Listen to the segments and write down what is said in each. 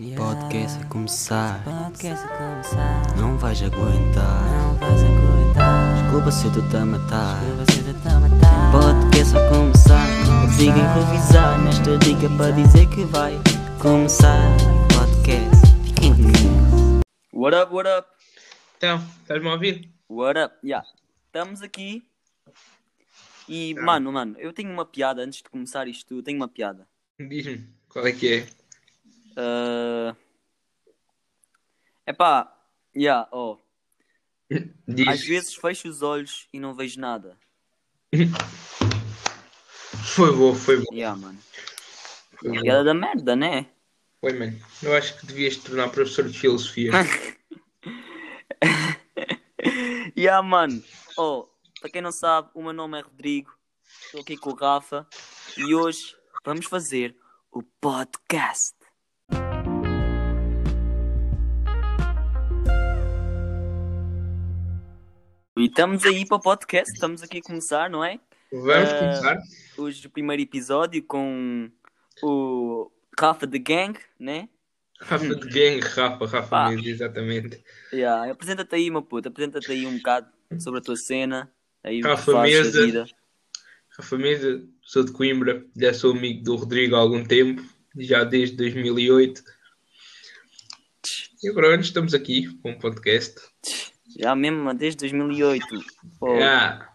Podcast a começar. Não vais aguentar. Desculpa se eu estou a matar. Podcast a começar. Consigo improvisar nesta dica para dizer que vai começar. Podcast. Fiquem comigo. What up, what up? Então, estás-me a ouvir? What up? Yeah. Estamos aqui. E, mano, eu tenho uma piada antes de começar isto tudo. Tenho uma piada. Diz-me, qual é que é? Diz. Às vezes fecho os olhos e não vejo nada. Foi bom. Yeah, mano. Foi bom. Piada da merda, né? Foi, mano. Eu acho que devias te tornar professor de filosofia. Yeah, mano. Para quem não sabe, o meu nome é Rodrigo. Estou aqui com o Rafa. E hoje vamos fazer o podcast. E estamos aí para o podcast. Estamos aqui a começar, não é? Vamos começar. Hoje o primeiro episódio com o Rafa The Gang, né? Rafa de Gang, Rafa Pá. mesmo, exatamente. Yeah, apresenta-te aí, meu puto. Apresenta-te aí um bocado sobre a tua cena. Aí o que Rafa fazes da Mesa. vida. Rafa Mesa, sou de Coimbra, já sou amigo do Rodrigo há algum tempo, já desde 2008. E pronto, estamos aqui com um podcast. Já mesmo desde 2008. Pô. Yeah.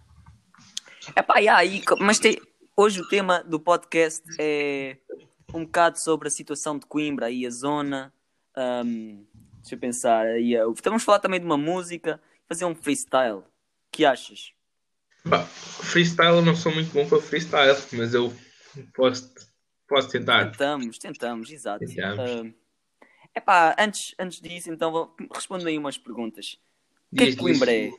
Mas hoje o tema do podcast é um bocado sobre a situação de Coimbra, aí a zona. Deixa eu pensar. Vamos falar também de uma música, fazer um freestyle. O que achas? Freestyle, eu não sou muito bom para freestyle, mas eu posso tentar. Tentamos, exato. Tentamos. Antes disso, então, responde aí umas perguntas. O que é que Coimbra é?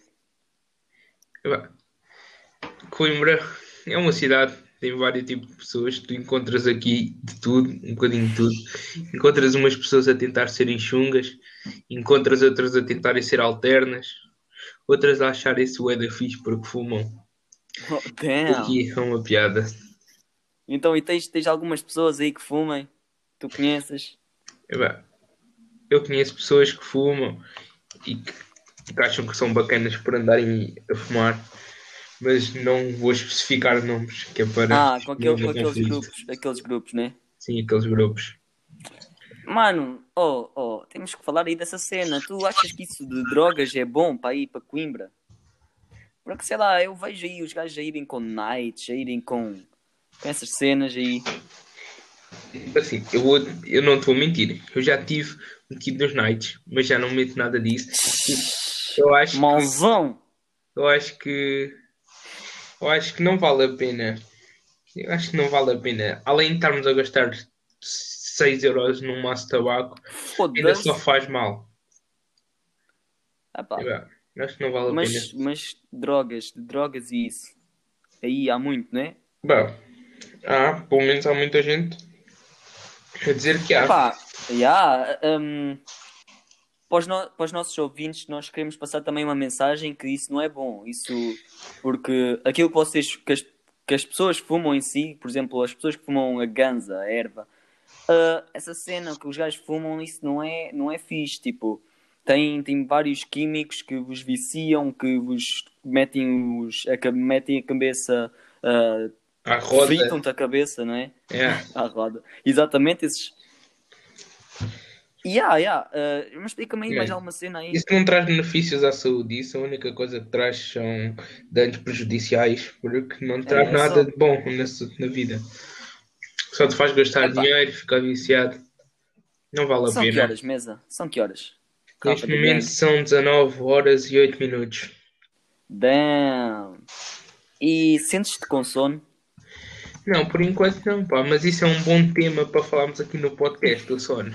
Coimbra é uma cidade, tem vários tipos de pessoas. Tu encontras aqui de tudo, um bocadinho de tudo. Encontras umas pessoas a tentar serem chungas, encontras outras a tentarem ser alternas, outras a acharem-se bué da fixe porque fumam. Oh, damn. Aqui é uma piada. Então, e tens algumas pessoas aí que fumem? Tu conheces? Eu conheço pessoas que fumam e que acham que são bacanas por andarem a fumar, mas não vou especificar nomes, que é para... com aqueles grupos, né? Sim, aqueles grupos. Mano, temos que falar aí dessa cena. Tu achas que isso de drogas é bom para ir para Coimbra? Porque, sei lá, eu vejo aí os gajos a irem com nights, a irem com essas cenas aí. Assim, eu não te vou mentir. Eu já tive metido nos nights, mas já não meto nada disso. Eu acho que não vale a pena. Eu acho que não vale a pena. Além de estarmos a gastar 6 euros num maço de tabaco, ainda só faz mal. Eu acho que não vale a pena. Mas drogas e isso. Aí há muito, né? Pelo menos há muita gente a dizer que há. Para os nossos ouvintes, nós queremos passar também uma mensagem que isso não é bom. Isso porque aquilo que as pessoas fumam em si, por exemplo, as pessoas que fumam a ganza, a erva, essa cena que os gajos fumam, isso não é fixe. Tipo, tem vários químicos que vos viciam, que vos metem a cabeça, à roda. fritam-te a cabeça, não é? À roda. Exatamente esses. Mas explica-me aí mais alguma cena aí. Isso não traz benefícios à saúde. Isso a única coisa que traz são danos prejudiciais, porque não traz nada de bom na vida. Só te faz gastar dinheiro, ficar viciado. Não vale a pena. São que horas, mesa? São que horas? Neste momento são 19 horas e 8 minutos. Damn! E sentes-te com sono? Não, por enquanto não, pá. Mas isso é um bom tema para falarmos aqui no podcast do sono.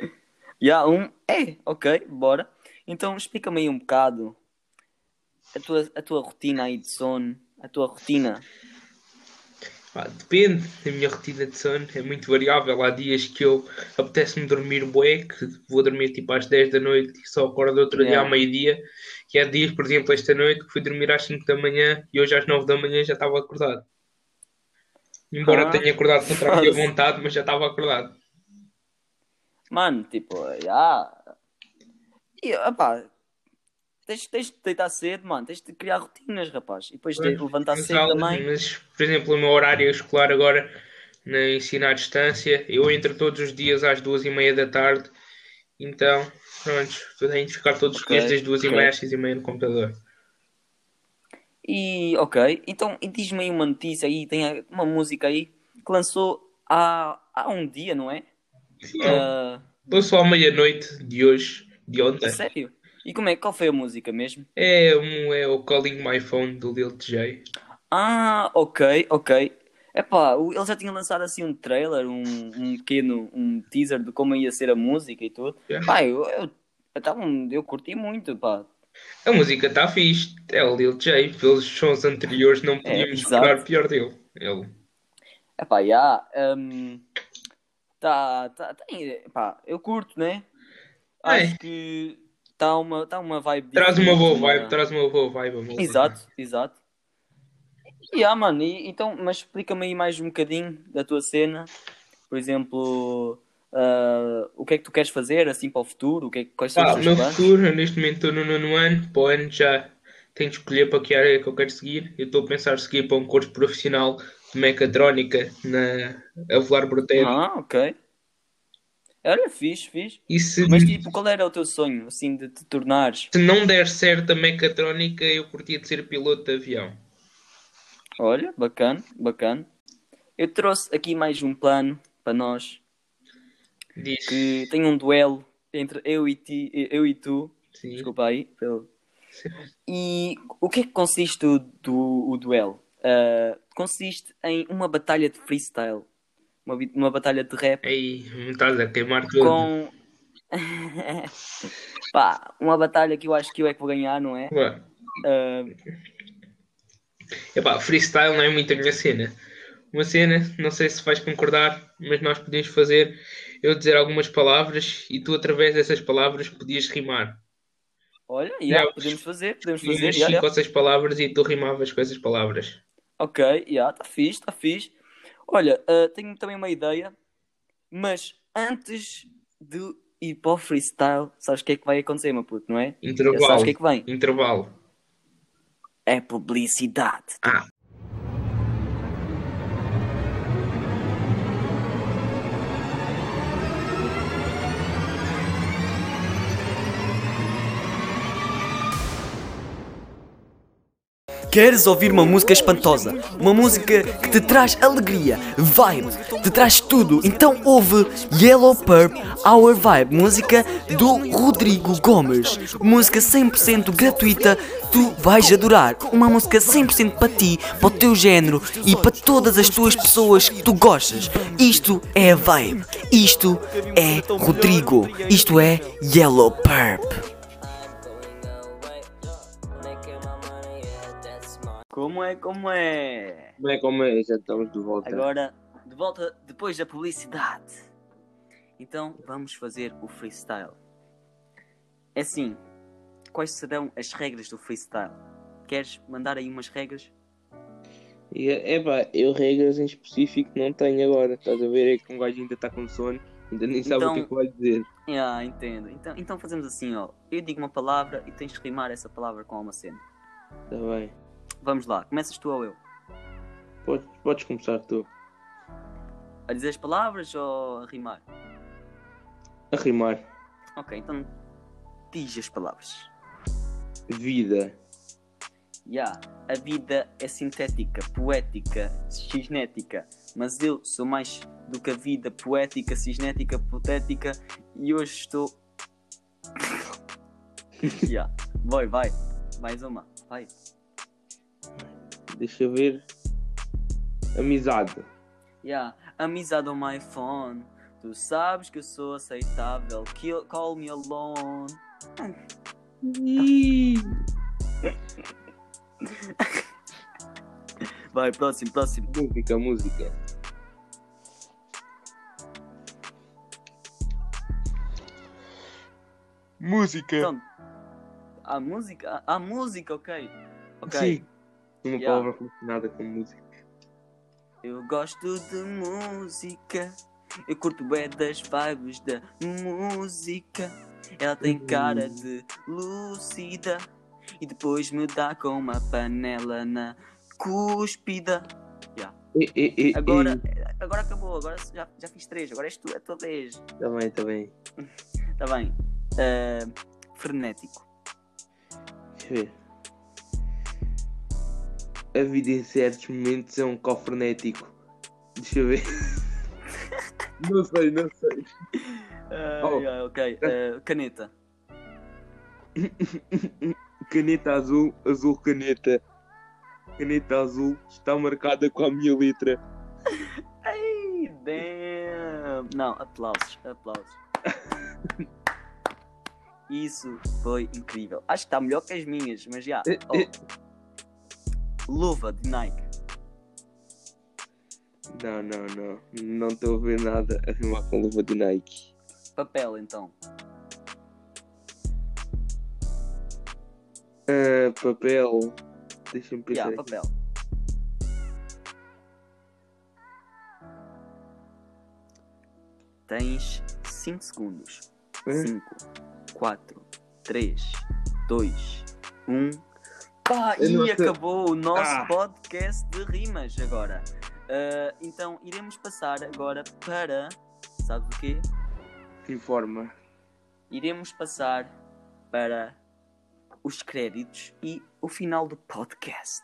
Ok, bora. Então explica-me aí um bocado a tua rotina aí de sono, a tua rotina. Depende da minha rotina de sono, é muito variável. Há dias que eu apetece-me dormir bué, que vou dormir tipo às 10 da noite e só acordo outro dia ao meio-dia. E há dias, por exemplo, esta noite que fui dormir às 5 da manhã e hoje às 9 da manhã já estava acordado. Embora tenha acordado contra a minha vontade, mas já estava acordado. Mano, tipo, já. E, opá, tens de deitar cedo, mano. Tens de criar rotinas, rapaz. E depois de levantar As cedo aulas, também. mas, por exemplo, o meu horário escolar agora na ensino à distância, eu entro todos os dias às 2h30 da tarde, então, pronto, tenho de ficar todos os Ok, dias das duas e ok. meia às 6h30 no computador. E, ok. Então, e diz-me aí uma notícia aí. Tem uma música aí que lançou há um dia, não é? Sim, Ah, eu só à meia-noite de hoje, de a ontem. sério? E qual foi a música mesmo? É o Calling My Phone do Lil TJ. Ah, ok, ok. Epá, ele já tinha lançado assim um trailer, um pequeno, um teaser de como ia ser a música e tudo. Pá, eu curti muito, pá. A música está fixe, é o Lil J. Pelos sons anteriores não É, podíamos esperar exato. pior dele. Ele. Epá, já, pá, eu curto, né? É, Acho que tá uma vibe traz uma diferente, boa vibe, traz uma boa vibe a música. Exato, exato. Mano, então, mas explica-me aí mais um bocadinho da tua cena. Por exemplo, o que é que tu queres fazer assim para o futuro? Quais são os Pá, o teus meu planos? futuro, eu neste momento estou no nono ano, para o ano já tenho de escolher para que área é que eu quero seguir. Eu estou a pensar seguir para um curso profissional de mecatrónica na Avelar Brotego. Ah, ok. Olha, fixe, fixe. E se, Mas tipo, qual era o teu sonho, assim, de te tornares? se não der certo a mecatrónica, eu curtia de ser piloto de avião. Olha, bacana, bacana. Eu trouxe aqui mais um plano para nós, que Diz, tem um duelo entre eu e tu. sim. Desculpa aí. E o que é que consiste o duelo? Consiste em uma batalha de freestyle, uma batalha de rap Aí, me estás a queimar tudo. com pá, uma batalha que eu acho que eu é que vou ganhar, não é? Ué, Uh, epá, freestyle não é muito a minha cena. Uma cena, não sei se vais concordar, mas nós podíamos fazer eu dizer algumas palavras e tu, através dessas palavras, podias rimar. olha, Criavas podemos fazer, umas 5 já. ou 6 palavras e tu rimavas com essas palavras. Ok, está fixe, está fixe. Olha, tenho também uma ideia, mas antes de ir para o freestyle, sabes o que é que vai acontecer, meu puto, não é? Já sabes o Intervalo. que é que vem? Intervalo. É publicidade. Ah, Queres ouvir uma música espantosa? Uma música que te traz alegria, vibe, te traz tudo? Então ouve Yellow Purp Our Vibe, música do Rodrigo Gomes. Música 100% gratuita, tu vais adorar. Uma música 100% para ti, para o teu género e para todas as tuas pessoas que tu gostas. Isto é a vibe, isto é Rodrigo, isto é Yellow Purp. Como é, como é? como é? Já estamos de volta. Agora, de volta depois da publicidade. Então, vamos fazer o freestyle. É assim, quais serão as regras do freestyle? Queres mandar aí umas regras? Epá, eu regras em específico não tenho agora. Estás a ver? É que um gajo ainda está com sono, ainda nem sabe o que é Então, que vai dizer. entendo. Então fazemos assim, ó. Eu digo uma palavra e tens de rimar essa palavra com uma cena. Está bem. Vamos lá, começas tu ou eu? Podes começar tu. A dizer as palavras ou a rimar? A rimar. Ok, então diz as palavras. Vida. A vida é sintética, poética, cisnética, mas eu sou mais do que a vida poética, cisnética, hipotética e hoje estou. Vai, mais uma, vai. Deixa eu ver. Amizade. Amizade on my phone, tu sabes que eu sou aceitável, call me alone. Vai, próximo. Música. Então, a música, ok. Sim. Uma palavra relacionada com música. Eu gosto de música Eu curto bué das vibes da música. Ela tem cara de lúcida e depois me dá com uma panela na cúspida. Yeah. Agora acabou, agora já fiz 3, agora és tu, a tua vez. Tá bem. Tá bem. Frenético. Deixa eu ver. A vida em certos momentos é um cofrenético. Deixa eu ver. Não sei. Ok. Caneta. Caneta azul, azul caneta. Caneta azul está marcada com a minha letra. Ai, damn. Não, aplausos. Isso foi incrível. Acho que está melhor que as minhas, mas já. Luva de Nike. Não estou a ver nada a rimar com luva de Nike. Papel, então. Papel. Deixa-me pensar. Papel. Tens 5 segundos. 5, 4, 3, 2, 1. Pá, e acabou o nosso podcast de rimas agora. Então iremos passar agora para... Sabes o quê? Informa. Iremos passar para os créditos e o final do podcast.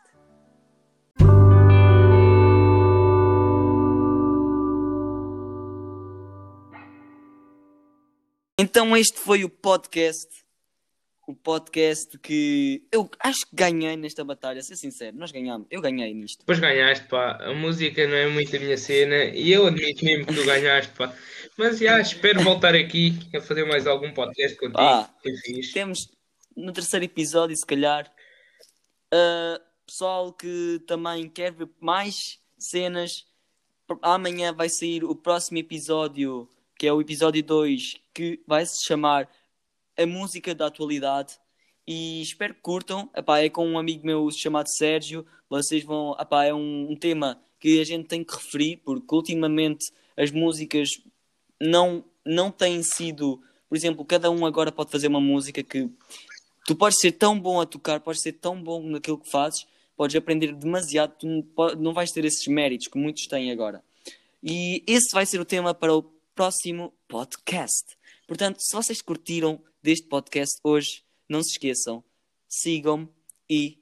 Então este foi o podcast. O podcast que eu acho que ganhei nesta batalha, ser sincero, nós ganhamos, eu ganhei nisto. Depois ganhaste, pá. A música não é muito a minha cena e eu admito mesmo que tu ganhaste, pá. Mas já espero voltar aqui a fazer mais algum podcast contigo. Temos no terceiro episódio, se calhar, pessoal que também quer ver mais cenas. Amanhã vai sair o próximo episódio, que é o episódio 2, que vai se chamar A Música da Atualidade, e espero que curtam. É com um amigo meu chamado Sérgio. Vocês vão... é um tema que a gente tem que referir, porque ultimamente as músicas não têm sido... Por exemplo, cada um agora pode fazer uma música que... Tu podes ser tão bom a tocar, podes ser tão bom naquilo que fazes, podes aprender demasiado, tu não vais ter esses méritos que muitos têm agora. E esse vai ser o tema para o próximo podcast. Portanto, se vocês curtiram deste podcast hoje, não se esqueçam, sigam-me e...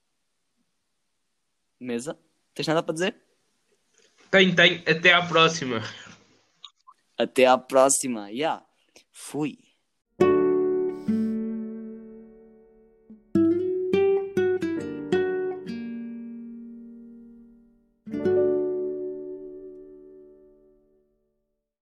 Mesa? Tens nada para dizer? Tenho. Até à próxima. Até à próxima. Fui.